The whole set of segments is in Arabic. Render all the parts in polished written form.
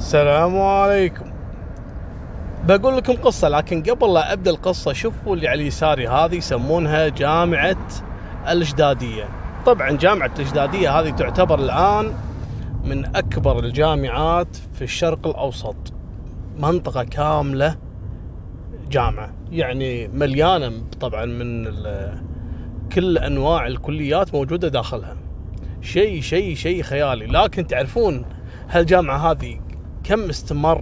السلام عليكم. بقول لكم قصة، لكن قبل لا أبدأ القصة شوفوا اللي على يساري هذه يسمونها جامعة الإجدادية. طبعا جامعة الإجدادية هذه تعتبر الآن من أكبر الجامعات في الشرق الأوسط، منطقة كاملة جامعة، يعني مليانة طبعا من كل أنواع الكليات موجودة داخلها. شيء خيالي. لكن تعرفون هالجامعة هذه كم استمر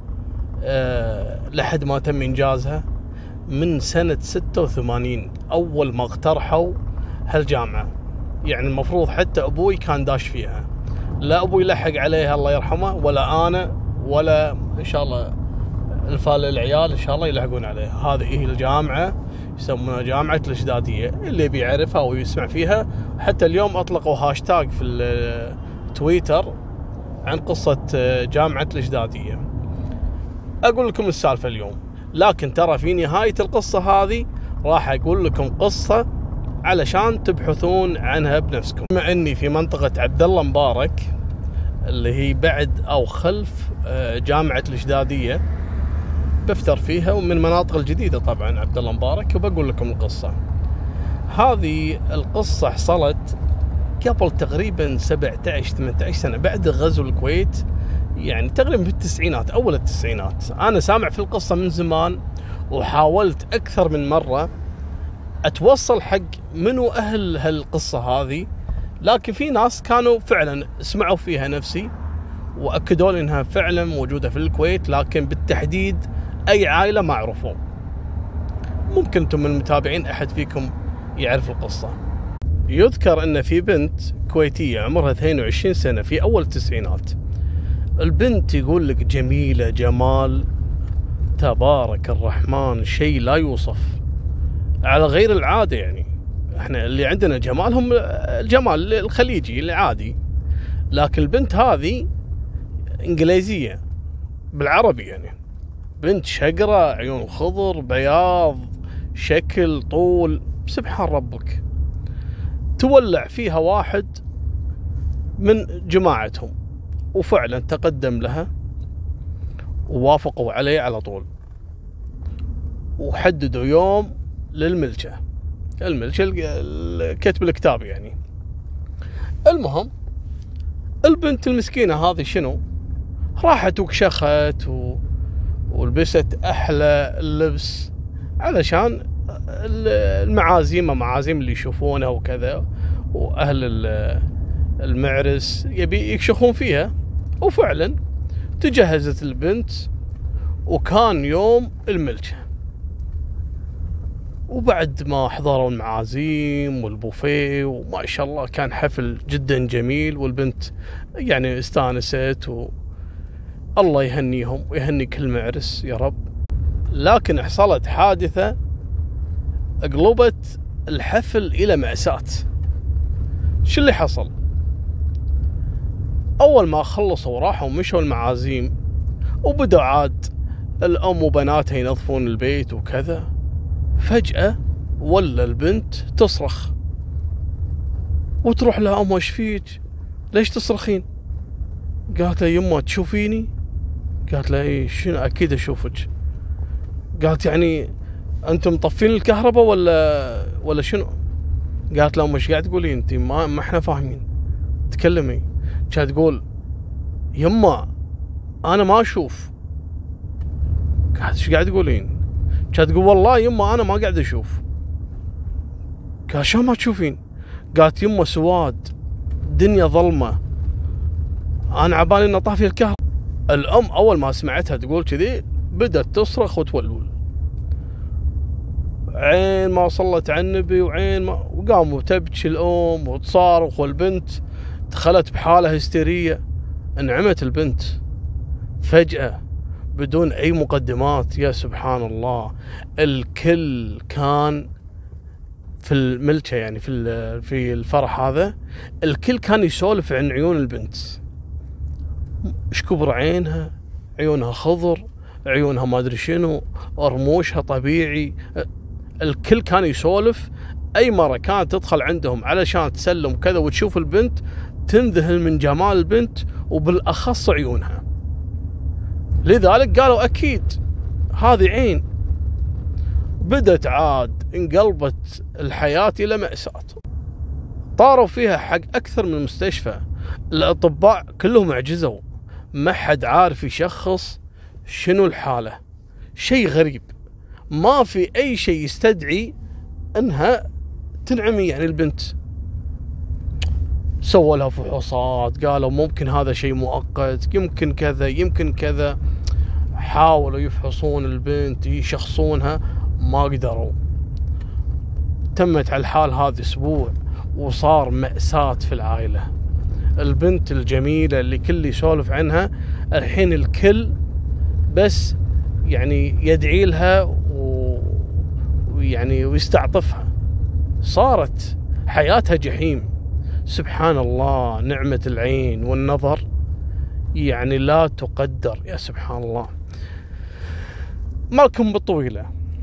لحد ما تم إنجازها؟ من سنة 86 أول ما اقترحوا هالجامعة. يعني المفروض حتى أبوي كان داش فيها، لا أبوي لحق عليها الله يرحمه، ولا أنا ولا إن شاء الله العيال إن شاء الله يلحقون عليها. هذه هي الجامعة يسمونها جامعة الإجدادية، اللي بيعرفها ويسمع فيها. حتى اليوم أطلقوا هاشتاج في التويتر عن قصة جامعة الإجدادية. أقول لكم السالفة اليوم، لكن ترى في نهاية القصة هذه راح أقول لكم قصة علشان تبحثون عنها بنفسكم. بما أني في منطقة عبد الله مبارك اللي هي بعد أو خلف جامعة الإجدادية، بفتر فيها ومن المناطق الجديدة طبعا عبد الله مبارك، وبقول لكم القصة. هذه القصة حصلت قبل تقريبا 17-18 سنة بعد غزو الكويت، يعني تقريبا في التسعينات، أول التسعينات. أنا سامع في القصة من زمان، وحاولت أكثر من مرة أتوصل حق منو أهل هالقصة هذه، لكن في ناس كانوا فعلا سمعوا فيها نفسي وأكدوا لي إنها فعلا موجودة في الكويت، لكن بالتحديد أي عائلة ما عرفوا. ممكن أنتم من المتابعين أحد فيكم يعرف القصة. يذكر أن في بنت كويتية عمرها 22 سنة في أول التسعينات. البنت يقول لك جميلة جمال تبارك الرحمن، شيء لا يوصف، على غير العادة. يعني احنا اللي عندنا جمالهم الجمال الخليجي العادي، لكن البنت هذه إنجليزية بالعربي، يعني بنت شقرة، عيون خضر بياض، شكل طول، سبحان ربك. تولع فيها واحد من جماعتهم، وفعلا تقدم لها ووافقوا عليه على طول، وحددوا يوم للملجأ. كتب الكتاب يعني. المهم البنت المسكينة هذه شنو، راحت وكشخت ولبست أحلى اللبس علشان المعازيم اللي يشوفونها وكذا، وأهل المعرس يبي يكشخون فيها. وفعلا تجهزت البنت، وكان يوم الملجأ. وبعد ما حضروا المعازيم والبوفيه وما شاء الله كان حفل جدا جميل، والبنت يعني استانست، الله يهنيهم ويهني كل معرس يا رب. لكن حصلت حادثة اقلبت الحفل إلى مأساة. شو اللي حصل؟ أول ما خلصوا وراحوا مشوا المعازيم، وبدأوا عاد الأم وبناتها ينظفون البيت وكذا، فجأة ولا البنت تصرخ، وتروح لها أمها ايش فيك؟ ليش تصرخين؟ قالت لها يمه تشوفيني؟ قالت لها ايه شنو؟ أكيد أشوفك. قالت يعني أنتم مطفين الكهرباء ولا شنو؟ قالت لها ايش قاعد تقولين انت؟ ما احنا فاهمين، تكلمي. كانت تقول يما أنا ما أشوف. قالت ايش قاعد تقولين؟ كانت تقول والله يما أنا ما قاعد أشوف. قال شو ما تشوفين؟ قالت يما سواد، دنيا ظلمة، أنا عبالي إن طافي الكهرباء. الأم أول ما سمعتها تقول كذي بدأت تصرخ وتولول، عين ما صلت على النبي وعين ما، وقاموا تبكي الأم وتصارخ، والبنت دخلت بحالة هستيرية. انعمت البنت فجأة بدون أي مقدمات. يا سبحان الله، الكل كان في الملجأ، يعني في الفرح هذا الكل كان يسولف عن عيون البنت، ايش كبر عينها، عيونها خضر، عيونها ما ادري شنو، رموشها طبيعي. الكل كان يسولف. اي مرة كانت تدخل عندهم علشان تسلم كذا وتشوف البنت تنذهل من جمال البنت، وبالاخص عيونها. لذلك قالوا أكيد هذه عين. بدت عاد انقلبت الحياة إلى مأساة. طاروا فيها حق أكثر من مستشفى، الأطباء كلهم عجزوا، ما حد عارف يشخص شنو الحالة. شيء غريب، ما في أي شيء يستدعي أنها تنعمي يعني البنت. سووا لها فحوصات، قالوا ممكن هذا شيء مؤقت، يمكن كذا يمكن كذا. حاولوا يفحصون البنت يشخصونها، ما قدروا. تمت على الحال هذا أسبوع وصار مأساة في العائلة. البنت الجميلة اللي كل يسولف عنها الحين الكل بس يعني يدعي لها ويعني ويستعطفها. صارت حياتها جحيم. سبحان الله، نعمة العين والنظر يعني لا تقدر. يا سبحان الله. مالكم بالطويلة،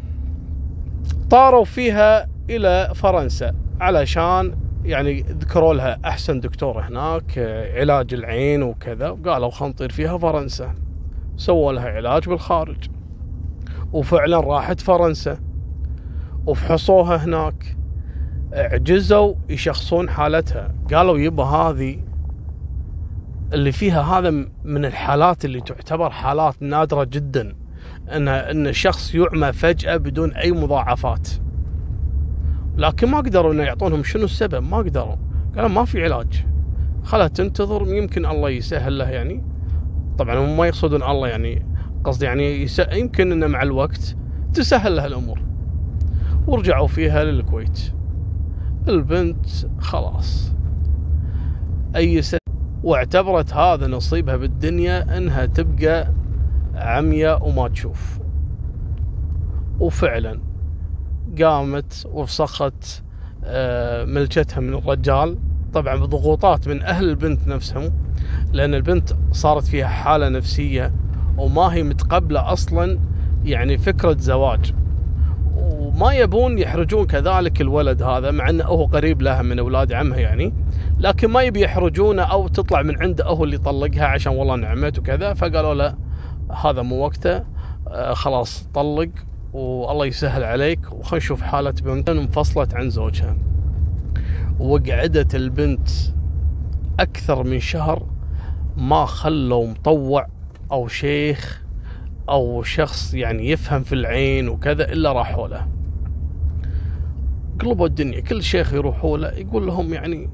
طاروا فيها إلى فرنسا علشان يعني ذكروا لها أحسن دكتور هناك علاج العين وكذا، وقالوا خلينا نطير فيها فرنسا. سووا لها علاج بالخارج، وفعلا راحت فرنسا وفحصوها هناك. عجزوا يشخصون حالتها. قالوا يبا هذه اللي فيها هذا من الحالات اللي تعتبر حالات نادرة جدا، ان الشخص يعمى فجأة بدون اي مضاعفات. لكن ما قدروا انه يعطونهم شنو السبب، ما قدروا. قالوا ما في علاج، خلها تنتظر يمكن الله يسهل له. يعني طبعا هم ما يقصدون الله، يعني قصد يعني يمكن انه مع الوقت تسهل لها الامور. ورجعوا فيها للكويت. البنت خلاص أيست، واعتبرت هذا نصيبها بالدنيا أنها تبقى عمية وما تشوف. وفعلا قامت وفسخت ملكتها من الرجال، طبعا بضغوطات من أهل البنت نفسهم، لأن البنت صارت فيها حالة نفسية وما هي متقبلة أصلا يعني فكرة زواج، وما يبون يحرجون كذلك الولد هذا، مع أنه هو قريب لها من أولاد عمها يعني، لكن ما يبي يحرجونه أو تطلع من عنده هو اللي يطلقها عشان والله نعمت وكذا. فقالوا لا، هذا مو وقته، خلاص طلق والله يسهل عليك، وخلينا نشوف حالة بنت. انفصلت عن زوجها، وقعدت البنت أكثر من شهر ما خلوا مطوع أو شيخ أو شخص يعني يفهم في العين وكذا إلا راحوا له. قلبوا الدنيا، كل شيخ يروحوا له يقول لهم يعني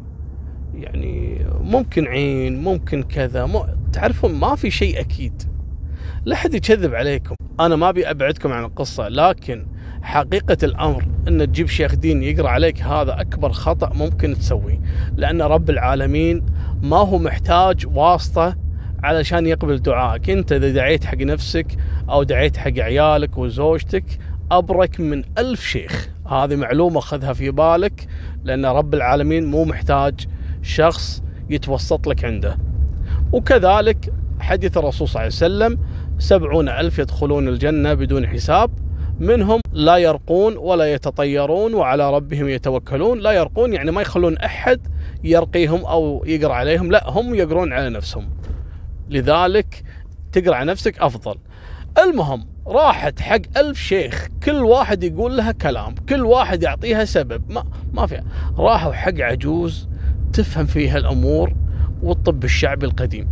ممكن عين ممكن كذا، تعرفون ما في شيء أكيد، لا حد يكذب عليكم. أنا ما أبي أبعدكم عن القصة، لكن حقيقة الأمر أن تجيب شيخ دين يقرأ عليك هذا أكبر خطأ ممكن تسويه، لأن رب العالمين ما هو محتاج واسطة علشان يقبل دعائك. أنت إذا دعيت حق نفسك أو دعيت حق عيالك وزوجتك أبرك من 1000 شيخ. هذه معلومة خذها في بالك، لأن رب العالمين مو محتاج شخص يتوسط لك عنده. وكذلك حديث الرسول صلى الله عليه وسلم 70,000 يدخلون الجنة بدون حساب، منهم لا يرقون ولا يتطيرون وعلى ربهم يتوكلون. لا يرقون يعني ما يخلون أحد يرقيهم أو يقرأ عليهم، لا هم يقرون على نفسهم، لذلك تقرأ على نفسك أفضل. المهم راحت حق 1000 شيخ، كل واحد يقول لها كلام، كل واحد يعطيها سبب، ما فيها. راحوا حق عجوز تفهم فيها الأمور والطب الشعبي القديم.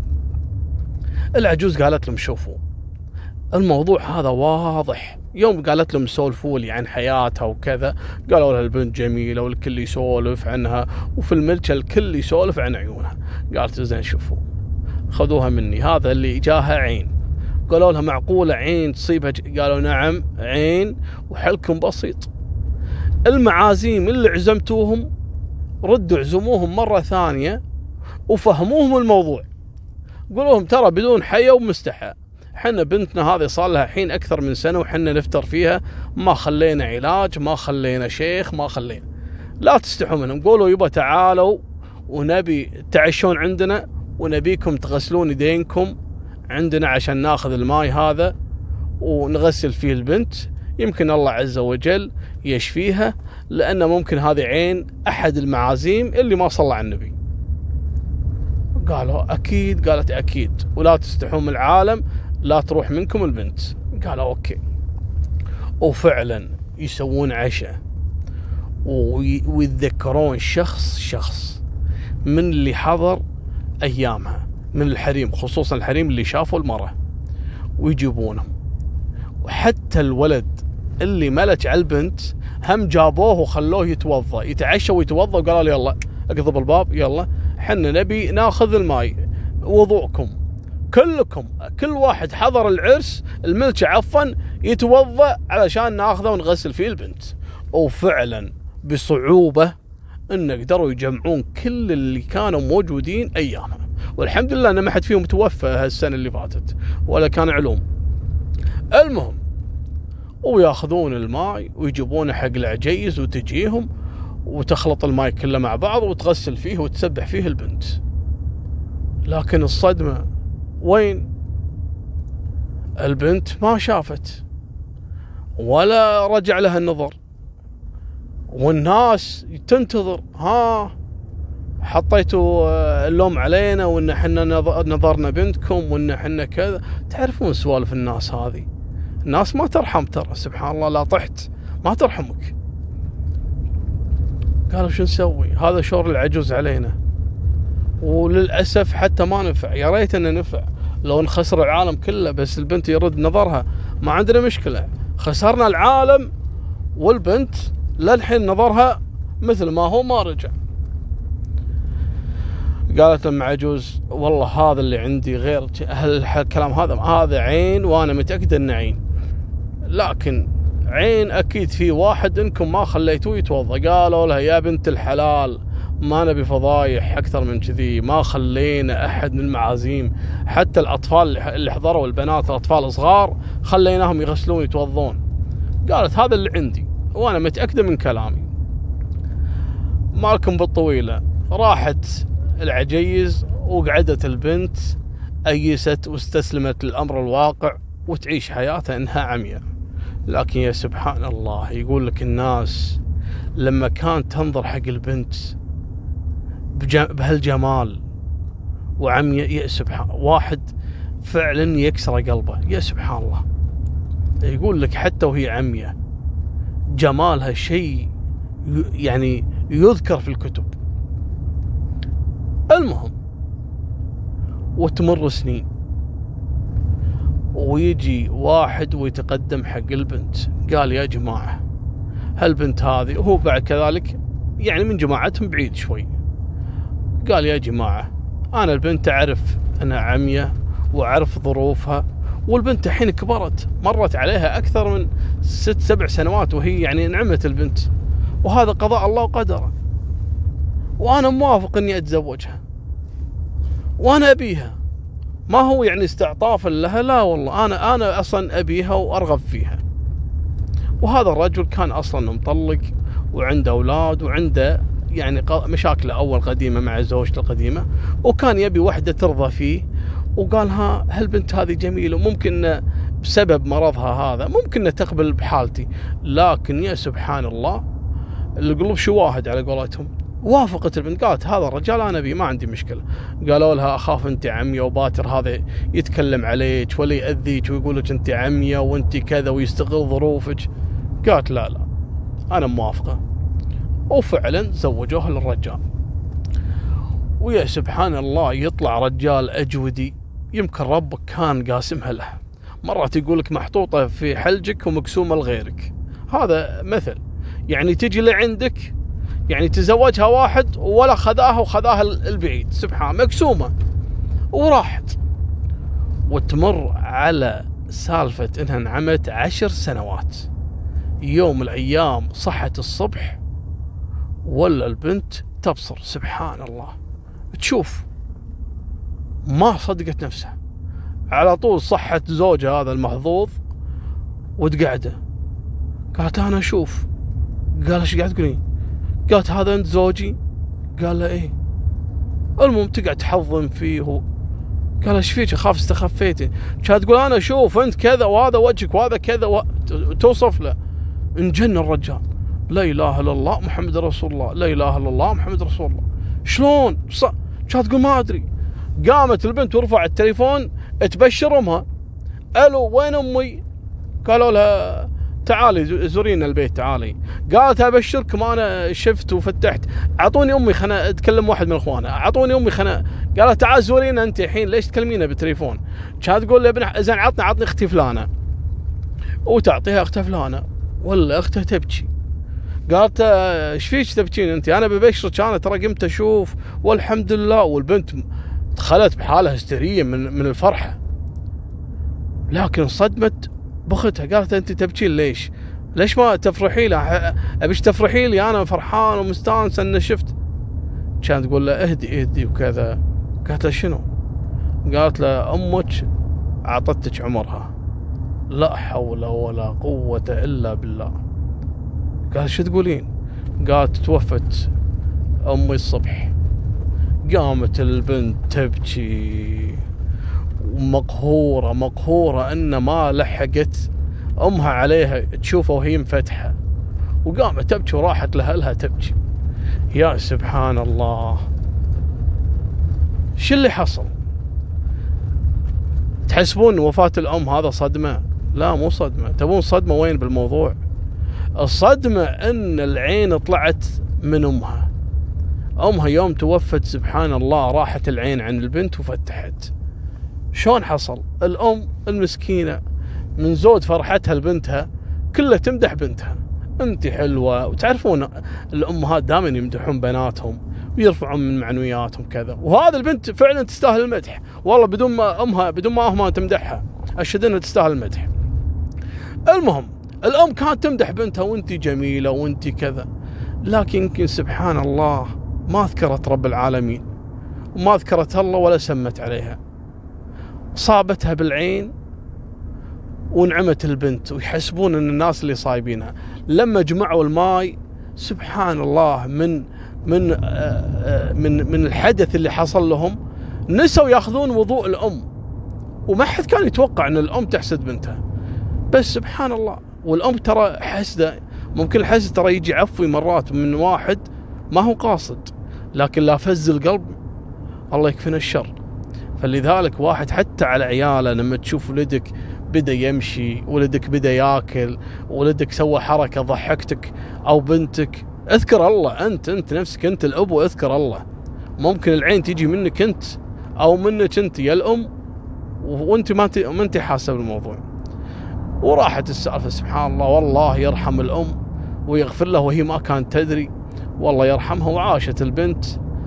العجوز قالت لهم شوفوا الموضوع هذا واضح. يوم قالت لهم سولفوا لي عن حياتها وكذا، قالوا لها البنت جميلة والكل يسولف عنها، وفي الملكة الكل يسولف عن عيونها. قالت زين شوفوا خذوها مني، هذا اللي جاها عين. قالوا لها معقولة عين تصيبها؟ قالوا نعم عين وحلكم بسيط. المعازيم اللي عزمتوهم ردوا عزموهم مرة ثانية وفهموهم الموضوع، قولوا لهم ترى بدون حيا ومستحى، حنا بنتنا هذه صار لها حين أكثر من سنة وحنا نفتر فيها، ما خلينا علاج، ما خلينا شيخ، ما خلينا. لا تستحوا منهم، قولوا يبا تعالوا ونبي تعيشون عندنا، ونبيكم تغسلون يدينكم عندنا عشان ناخذ الماي هذا ونغسل فيه البنت، يمكن الله عز وجل يشفيها، لأن ممكن هذه عين أحد المعازيم اللي ما صلى على النبي. قالوا أكيد، قالت أكيد، ولا تستحوا من العالم لا تروح منكم البنت. قالوا اوكي. وفعلا يسوون عشاء ويتذكرون شخص من اللي حضر ايامها من الحريم، خصوصا الحريم اللي شافوا المرأة، ويجيبونهم. وحتى الولد اللي ملك على البنت هم جابوه وخلوه يتوضا، يتعشى ويتوضا، وقالوا له يلا اقضب الباب، يلا حنا نبي ناخذ الماي، وضوءكم كلكم، كل واحد حضر العرس الملكة عفوا يتوضا علشان ناخذه ونغسل فيه البنت. وفعلا بصعوبة ان قدروا يجمعون كل اللي كانوا موجودين ايامها، والحمد لله ان ما حد فيهم توفى هالسنة اللي فاتت ولا كان علوم. المهم وياخذون الماي ويجيبونه حق العجيز وتجيهم وتخلط الماي كله مع بعض وتغسل فيه وتسبح فيه البنت. لكن الصدمة وين؟ البنت ما شافت ولا رجع لها النظر، والناس تنتظر، ها حطيتوا اللوم علينا وان احنا نظرنا بنتكم وان احنا كذا. تعرفون سوالف الناس هذه، الناس ما ترحم ترى، سبحان الله، لا طحت ما ترحمك. قالوا شو نسوي؟ هذا شور العجوز علينا، وللأسف حتى ما نفع. يا ريت انه نفع، لو نخسر العالم كله بس البنت يرد نظرها ما عندنا مشكلة. خسرنا العالم والبنت للحين نظرها مثل ما هو ما رجع. قالت لما عجوز والله هذا اللي عندي غير الكلام هذا عين، وانا متأكد انه عين، لكن عين اكيد في واحد انكم ما خليتوه يتوضا. قالوا لها يا بنت الحلال ما نبي فضايح اكثر من كذي، ما خلينا احد من المعازيم، حتى الاطفال اللي حضروا، البنات الاطفال صغار خليناهم يغسلون يتوضون. قالت هذا اللي عندي وانا متأكدة من كلامي. مالكم بالطويلة، راحت العجيز وقعدت البنت، أيست واستسلمت للأمر الواقع وتعيش حياتها إنها عمياء. لكن يا سبحان الله، يقول لك الناس لما كانت تنظر حق البنت بهالجمال وعمياء، يا سبحان، واحد فعلا يكسر قلبه. يا سبحان الله، يقول لك حتى وهي عمياء جمالها شيء يعني يذكر في الكتب. المهم وتمر سنين ويجي واحد ويتقدم حق البنت، قال يا جماعة هالبنت هذه، وهو بعد كذلك يعني من جماعتهم بعيد شوي، قال يا جماعة أنا البنت أعرف أنها عمية وأعرف ظروفها، والبنت الحين كبرت، مرت عليها أكثر من 6-7 سنوات وهي يعني نعمت البنت، وهذا قضاء الله وقدره، وأنا موافق أني أتزوجها وأنا أبيها. ما هو يعني استعطافا لها، لا والله أنا أصلا أبيها وأرغب فيها. وهذا الرجل كان أصلا مطلق وعنده أولاد وعنده يعني مشاكل أول قديمة مع زوجته القديمة، وكان يبي وحدة ترضى فيه. وقال هالبنت هذه جميلة، وممكن بسبب مرضها هذا ممكن تقبل بحالتي. لكن يا سبحان الله، القلوب شواهد على قولتهم. وافقت البنت، قالت هذا الرجال أنا بي، ما عندي مشكلة. قالوا لها أخاف أنت عمية وباتر هذا يتكلم عليك ولا يأذيك ويقول لك أنت عمية وأنت كذا ويستغل ظروفك. قالت لا أنا موافقة. وفعلا زوجوها للرجال. ويا سبحان الله، يطلع رجال أجودي يمكن ربك كان قاسمها له. مرات يقول لك محطوطة في حلجك ومقسومة لغيرك. هذا مثل يعني تجي لعندك يعني تزوجها واحد ولا خذاها وخذاها البعيد، سبحان، مقسومة وراحت. وتمر على سالفة انها انعمت 10 سنوات. يوم من الايام صحت الصبح ولا البنت تبصر، سبحان الله، تشوف، ما صدقت نفسها. على طول صحت زوجها هذا المحظوظ وتقعده، قالت انا اشوف. قال ايش قاعد تقولين؟ قالت هذا انت زوجي؟ قال له ايه. المهم تقعد تحضن فيه. قال ايش فيك؟ اخاف استخفيتي. كانت تقول انا اشوف انت كذا وهذا وجهك وهذا كذا توصف له. انجن الرجال، لا اله الا الله محمد رسول الله، لا اله الا الله محمد رسول الله. شلون؟ كانت تقول ما ادري. قامت البنت ورفعت التليفون تبشر امها، الو وين امي؟ قالوا لها تعالي زورينا البيت تعالي. قالت ابشركم انا شفت وفتحت، اعطوني امي خلنا اتكلم واحد من اخوانها، اعطوني امي خلنا. قالت تعال زورينا انت الحين، ليش تكلمينه بالتليفون؟ كانت تقول له ابن زين عطني اختي فلانه، وتعطيها اختها فلانه، ولا اختها تبكي. قالت ايش فيك تبكين انت؟ انا ببشرك، انا ترى قمت اشوف والحمد لله. والبنت دخلت بحاله هستيريه من الفرحه، لكن صدمت بختها. قالت انت تبكين ليش؟ ليش ما تفرحي لي؟ ابيش تفرحي لي، انا فرحان ومستانس ان شفت. كانت تقول له اهدي وكذا. قالت له شنو؟ قالت له امك اعطتك عمرها. لا حول ولا قوة الا بالله. قال شو تقولين؟ قالت توفت امي الصبح. قامت البنت تبكي ومقهورة ان ما لحقت امها عليها تشوفه وهي مفتحة، وقامت تبكي وراحت لأهلها تبكي. يا سبحان الله، شو اللي حصل؟ تحسبون وفاة الام هذا صدمة؟ لا مو صدمة. تبون صدمة وين بالموضوع؟ الصدمة ان العين طلعت من امها. امها يوم توفت سبحان الله راحت العين عن البنت وفتحت. شلون حصل؟ الام المسكينة من زود فرحتها لبنتها كلها تمدح بنتها، انت حلوة. وتعرفون الامهات دائما يمدحون بناتهم ويرفعون من معنوياتهم كذا، وهذا البنت فعلا تستاهل المدح والله، بدون ما امها تمدحها اشهد انها تستاهل المدح. المهم الام كانت تمدح بنتها وانت جميلة وانت كذا، لكن يمكن سبحان الله ما ذكرت رب العالمين وما ذكرت الله ولا سمت عليها. صابتها بالعين ونعمت البنت، ويحسبون ان الناس اللي صايبينها. لما جمعوا الماي سبحان الله من الحدث اللي حصل لهم، نسوا ياخذون وضوء الام، وما حد كان يتوقع ان الام تحسد بنتها. بس سبحان الله، والام ترى حسده، ممكن الحسد ترى يجي عفوي مرات من واحد ما هو قاصد، لكن لا فز القلب الله يكفينا الشر. فلذلك واحد حتى على عياله لما تشوف ولدك بدأ يمشي، ولدك بدأ ياكل، ولدك سوى حركة ضحكتك، أو بنتك، اذكر الله. أنت نفسك أنت الأب، واذكر الله. ممكن العين تيجي منك أنت أو منك أنت يا الأم، وأنت ما أنت حاسة بالموضوع. وراحت السالفة سبحان الله. والله يرحم الأم ويغفر له وهي ما كانت تدري، والله يرحمها. وعاشت البنت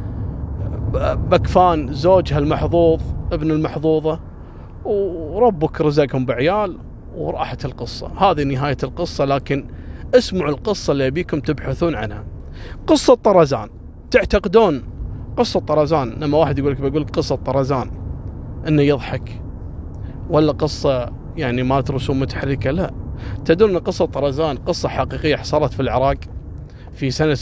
بكفان زوجها المحظوظ ابن المحظوظة، وربك رزقهم بعيال، وراحت القصة. هذه نهاية القصة، لكن اسمعوا القصة اللي أبيكم تبحثون عنها. قصة طرزان. تعتقدون قصة طرزان لما واحد بيقول قصة طرزان إنه يضحك، ولا قصة يعني ما رسوم متحركة؟ لا، تدرون أن قصة طرزان قصة حقيقية حصلت في العراق في سنة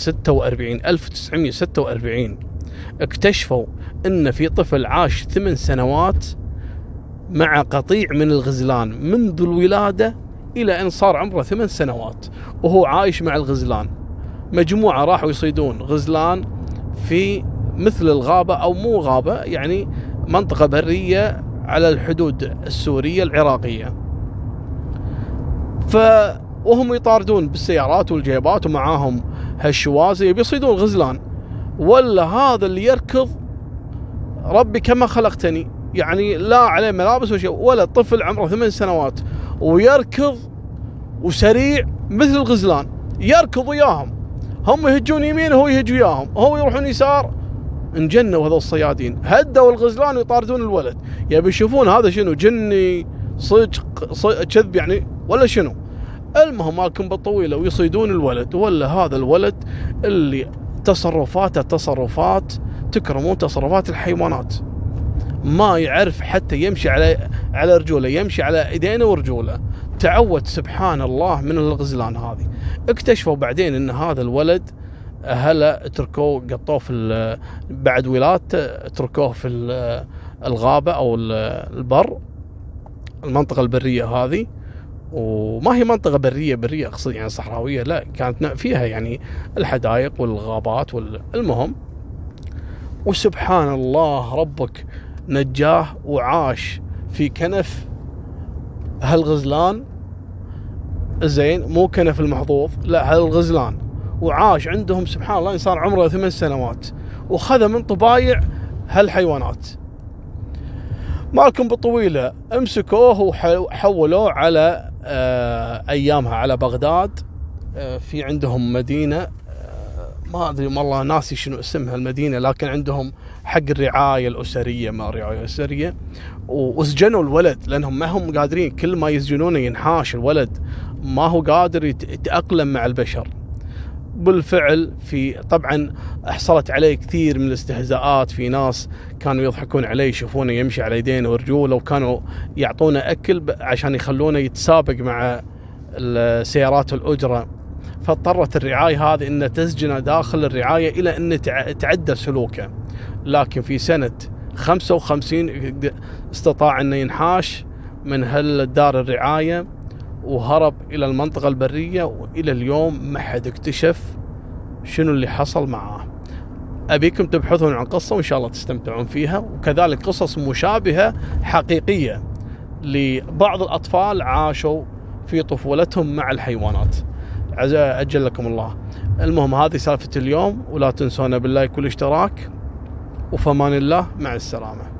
1946. اكتشفوا ان في طفل عاش 8 سنوات مع قطيع من الغزلان منذ الولادة الى ان صار عمره 8 سنوات وهو عايش مع الغزلان. مجموعة راحوا يصيدون غزلان في مثل الغابة، او مو غابة، يعني منطقة برية على الحدود السورية العراقية. وهم يطاردون بالسيارات والجيبات ومعاهم هالشوازي بيصيدون غزلان، ولا هذا اللي يركض ربي كما خلقتني، يعني لا عليه ملابس وشيء، ولا طفل عمره 8 سنوات ويركض وسريع مثل الغزلان، يركض وياهم، هم يهجون يمين وهو يهج وياهم، هو يروحون يسار. انجنوا هذول الصيادين، هدوا الغزلان ويطاردون الولد. يبي يشوفون هذا شنو، جني صدق كذب يعني ولا شنو. المهم مالكم بالطويلة، ويصيدون الولد، ولا هذا الولد اللي تصرفاته تصرفات تكرمون تصرفات الحيوانات، ما يعرف حتى يمشي على رجوله، يمشي على ايدينه ورجوله. تعود سبحان الله من الغزلان هذه. اكتشفوا بعدين ان هذا الولد اهله اتركوه، قطوه في بعد ولادته اتركوه في الغابة او البر، المنطقة البرية هذه. وما هي منطقة برية اقصد يعني صحراوية، لا، كانت فيها يعني الحدائق والغابات المهم. وسبحان الله ربك نجاه وعاش في كنف هالغزلان زين مو كنف المحظوظ، لا هالغزلان، وعاش عندهم سبحان الله صار عمره 8 سنوات، وخذ من طبايع هالحيوانات. مالكم بالطويلة امسكوه وحولوه على أيامها على بغداد. في عندهم مدينة ما أدري والله ناسي شنو اسمها المدينة، لكن عندهم حق الرعاية الأسرية، ما رعاية أسرية، وسجنوا الولد لأنهم ما هم قادرين، كل ما يسجنونه ينحاش الولد، ما هو قادر يتأقلم مع البشر. بالفعل طبعا حصلت عليه كثير من الاستهزاءات، في ناس كانوا يضحكون عليه يشوفونه يمشي على يدين ورجوله، وكانوا يعطونه أكل عشان يخلونه يتسابق مع السيارات الأجرة. فاضطرت الرعاية هذه أن تسجنه داخل الرعاية إلى أن تعدل سلوكه. لكن في سنة 55 استطاع أن ينحاش من هالدار الرعاية وهرب إلى المنطقة البرية، وإلى اليوم ما حد اكتشف شنو اللي حصل معاه. أبيكم تبحثون عن قصة وإن شاء الله تستمتعون فيها، وكذلك قصص مشابهة حقيقية لبعض الأطفال عاشوا في طفولتهم مع الحيوانات. أجل لكم الله. المهم هذه سالفة اليوم، ولا تنسونا باللايك والاشتراك، وفمان الله، مع السلامة.